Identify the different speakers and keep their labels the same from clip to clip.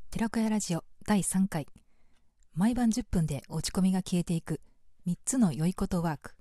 Speaker 1: 寺子屋ラジオ第3回。毎晩10分で落ち込みが消えていく3つの良いことワーク。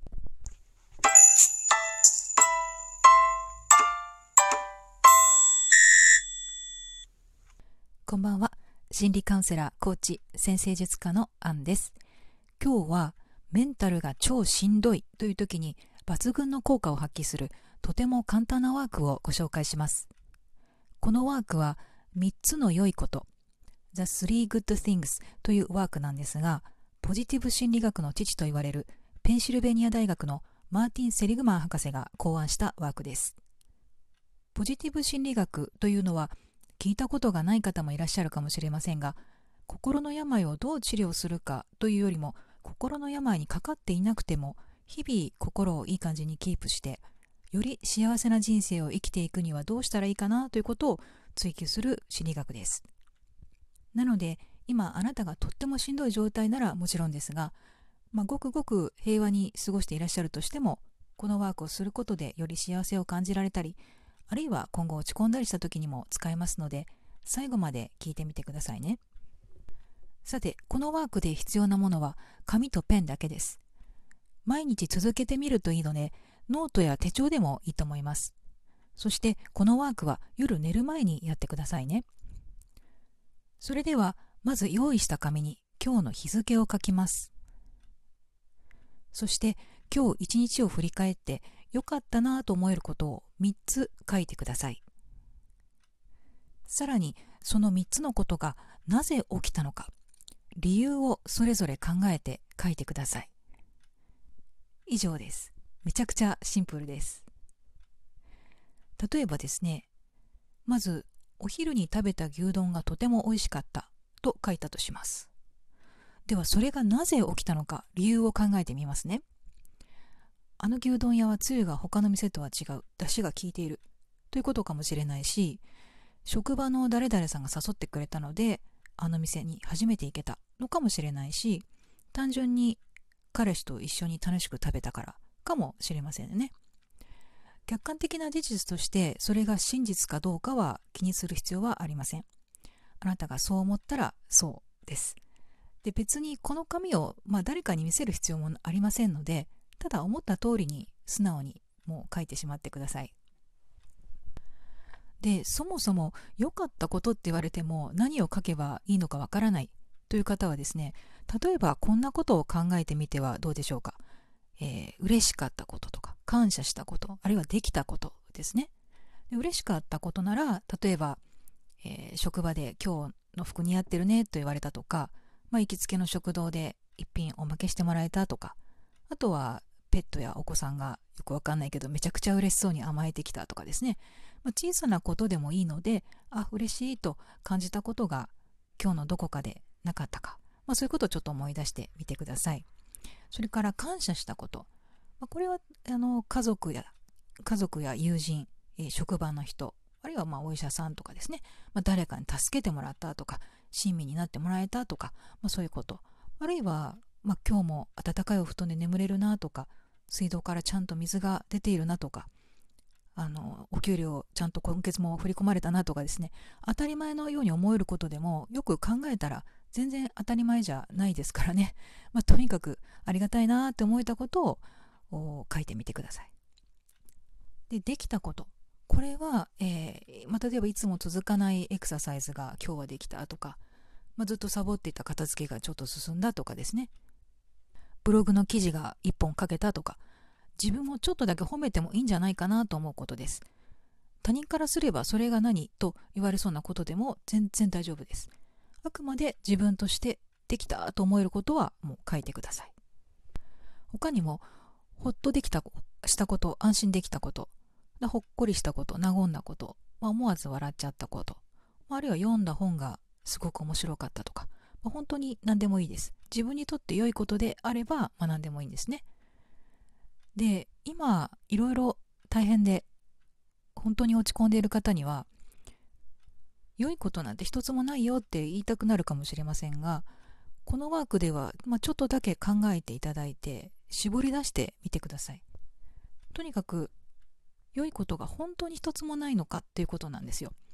Speaker 1: こんばんは。心理カウンセラー、コーチ、先生術家のアンです。今日はメンタルが超しんどいという時に抜群の効果を発揮するとても簡単なワークをご紹介します。このワークは3つの良いこと、The Three Good Things というワークなんですが、ポジティブ心理学の父と言われるペンシルベニア大学のマーティン・セリグマン博士が考案したワークです。ポジティブ心理学というのは聞いたことがない方もいらっしゃるかもしれませんが、心の病をどう治療するかというよりも、心の病にかかっていなくても日々心をいい感じにキープして、より幸せな人生を生きていくにはどうしたらいいかなということを追求する心理学です。なので今あなたがとってもしんどい状態ならもちろんですが、ごくごく平和に過ごしていらっしゃるとしても、このワークをすることでより幸せを感じられたり、あるいは今後落ち込んだりした時にも使えますので、最後まで聞いてみてくださいね。さて、このワークで必要なものは紙とペンだけです。毎日続けてみるといいので、ノートや手帳でもいいと思います。そしてこのワークは夜寝る前にやってくださいね。それではまず用意した紙に今日の日付を書きます。そして今日一日を振り返って良かったなと思えることを3つ書いてください。さらにその3つのことがなぜ起きたのか、理由をそれぞれ考えて書いてください。以上です。めちゃくちゃシンプルです。例えばですね、まずお昼に食べた牛丼がとても美味しかったと書いたとします。ではそれがなぜ起きたのか、理由を考えてみますね。あの牛丼屋はつゆが他の店とは違う、出汁が効いているということかもしれないし、職場の誰々さんが誘ってくれたのであの店に初めて行けたのかもしれないし、単純に彼氏と一緒に楽しく食べたからかもしれませんね。客観的な事実としてそれが真実かどうかは気にする必要はありません。あなたがそう思ったらそうです。で、別にこの紙を誰かに見せる必要もありませんので、ただ思った通りに素直にもう書いてしまってください。で、そもそも良かったことって言われても何を書けばいいのかわからないという方はですね、例えばこんなことを考えてみてはどうでしょうか。嬉しかったこととか感謝したこと、あるいはできたことですね。で、嬉しかったことなら、例えば、職場で今日の服似合ってるねと言われたとか、行きつけの食堂で一品おまけしてもらえたとか、あとはペットやお子さんがよくわかんないけどめちゃくちゃ嬉しそうに甘えてきたとかですね、小さなことでもいいので、嬉しいと感じたことが今日のどこかでなかったか、そういうことをちょっと思い出してみてください。それから感謝したこと、これは家族や友人、職場の人、あるいはお医者さんとかですね、誰かに助けてもらったとか、親身になってもらえたとか、そういうこと、あるいは、今日も暖かいお布団で眠れるなとか、水道からちゃんと水が出ているなとか、お給料ちゃんと今月も振り込まれたなとかですね、当たり前のように思えることでも、よく考えたら全然当たり前じゃないですからね。とにかくありがたいなって思えたことを書いてみてください。で、できたこと、これは、例えばいつも続かないエクササイズが今日はできたとか、ずっとサボっていた片付けがちょっと進んだとかですね、ブログの記事が1本書けたとか、自分をちょっとだけ褒めてもいいんじゃないかなと思うことです。他人からすればそれが何と言われそうなことでも全然大丈夫です。あくまで自分としてできたと思えることはもう書いてください。他にも、ほっとできたしたこと、安心できたこと、ほっこりしたこと、和んだこと、思わず笑っちゃったこと、あるいは読んだ本がすごく面白かったとか、本当に何でもいいです。自分にとって良いことであれば、何でもいいんですね。で、今いろいろ大変で本当に落ち込んでいる方には、良いことなんて一つもないよって言いたくなるかもしれませんが、このワークでは、ちょっとだけ考えていただいて絞り出してみてください。とにかく良いことが本当に一つもないのかっていうことなんですよ。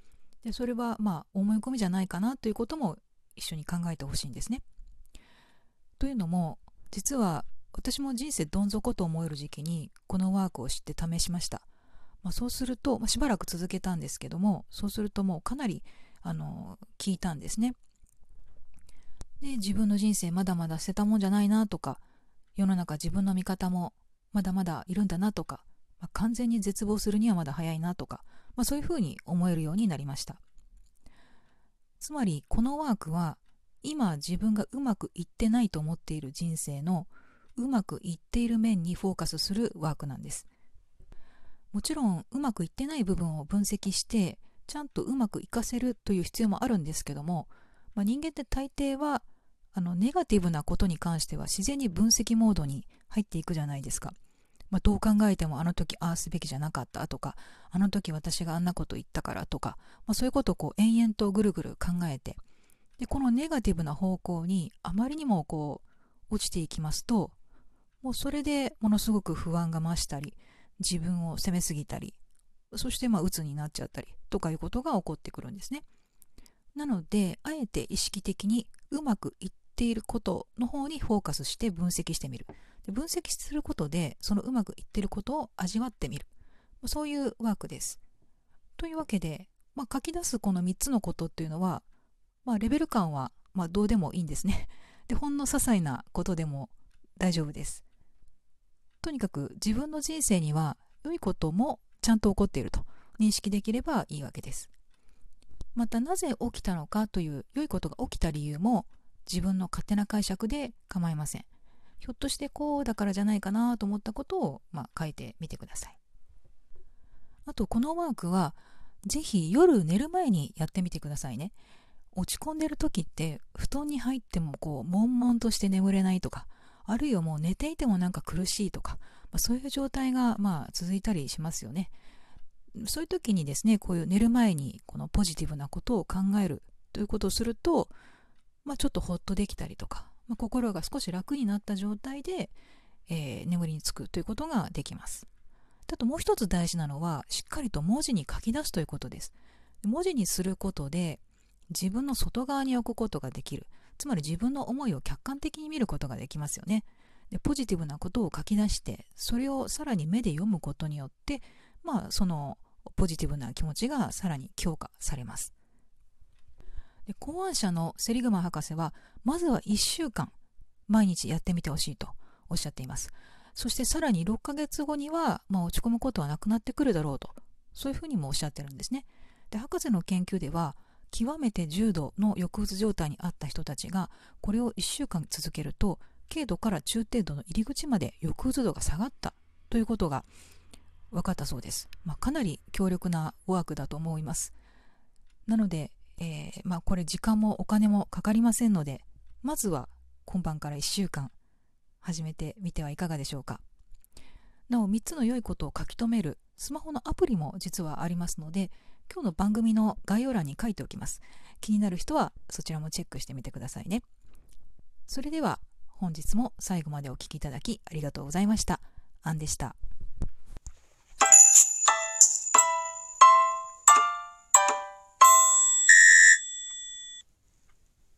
Speaker 1: でそれは思い込みじゃないかなということも一緒に考えてほしいんですね。というのも、実は私も人生どん底と思える時期にこのワークを知って試しました。そうすると、しばらく続けたんですけども、そうするともうかなり効いたんですね。で、自分の人生まだまだ捨てたもんじゃないなとか、世の中自分の味方もまだまだいるんだなとか、完全に絶望するにはまだ早いなとか、そういうふうに思えるようになりました。つまりこのワークは、今自分がうまくいってないと思っている人生のうまくいっている面にフォーカスするワークなんです。もちろんうまくいってない部分を分析してちゃんとうまくいかせるという必要もあるんですけども、人間って大抵はネガティブなことに関しては自然に分析モードに入っていくじゃないですか。どう考えてもあの時ああすべきじゃなかったとか、あの時私があんなこと言ったからとか、そういうことを延々とぐるぐる考えて、でこのネガティブな方向にあまりにも落ちていきますと、もうそれでものすごく不安が増したり、自分を責めすぎたり、そして鬱になっちゃったりとかいうことが起こってくるんですね。なので、あえて意識的にうまくいっていることの方にフォーカスして分析してみる。で分析することで、そのうまくいっていることを味わってみる。そういうワークです。というわけで、書き出すこの3つのことっていうのは、レベル感はどうでもいいんですね。で、ほんの些細なことでも大丈夫です。とにかく自分の人生には良いこともちゃんと起こっていると認識できればいいわけです。また、なぜ起きたのかという良いことが起きた理由も自分の勝手な解釈で構いません。ひょっとしてこうだからじゃないかなと思ったことを書いてみてください。あと、このワークはぜひ夜寝る前にやってみてくださいね。落ち込んでる時って布団に入っても悶々として眠れないとか、あるいはもう寝ていても苦しいとか、そういう状態が続いたりしますよね。そういう時にですね、こういう寝る前にこのポジティブなことを考えるということをすると、ちょっとほっとできたりとか、心が少し楽になった状態で、眠りにつくということができます。あともう一つ大事なのは、しっかりと文字に書き出すということです。文字にすることで自分の外側に置くことができる。つまり自分の思いを客観的に見ることができますよね。でポジティブなことを書き出して、それをさらに目で読むことによって、そのポジティブな気持ちがさらに強化されます。で考案者のセリグマン博士は、まずは1週間毎日やってみてほしいとおっしゃっています。そしてさらに6ヶ月後には、落ち込むことはなくなってくるだろうと、そういうふうにもおっしゃってるんですね。で博士の研究では、極めて重度の抑うつ状態にあった人たちがこれを1週間続けると、軽度から中程度の入り口まで抑うつ度が下がったということが分かったそうです。かなり強力なワークだと思います。なので、これ時間もお金もかかりませんので、まずは今晩から1週間始めてみてはいかがでしょうか。なお、3つの良いことを書き留めるスマホのアプリも実はありますので、今日の番組の概要欄に書いておきます。気になる人はそちらもチェックしてみてくださいね。それでは本日も最後までお聞きいただきありがとうございました。アンでした。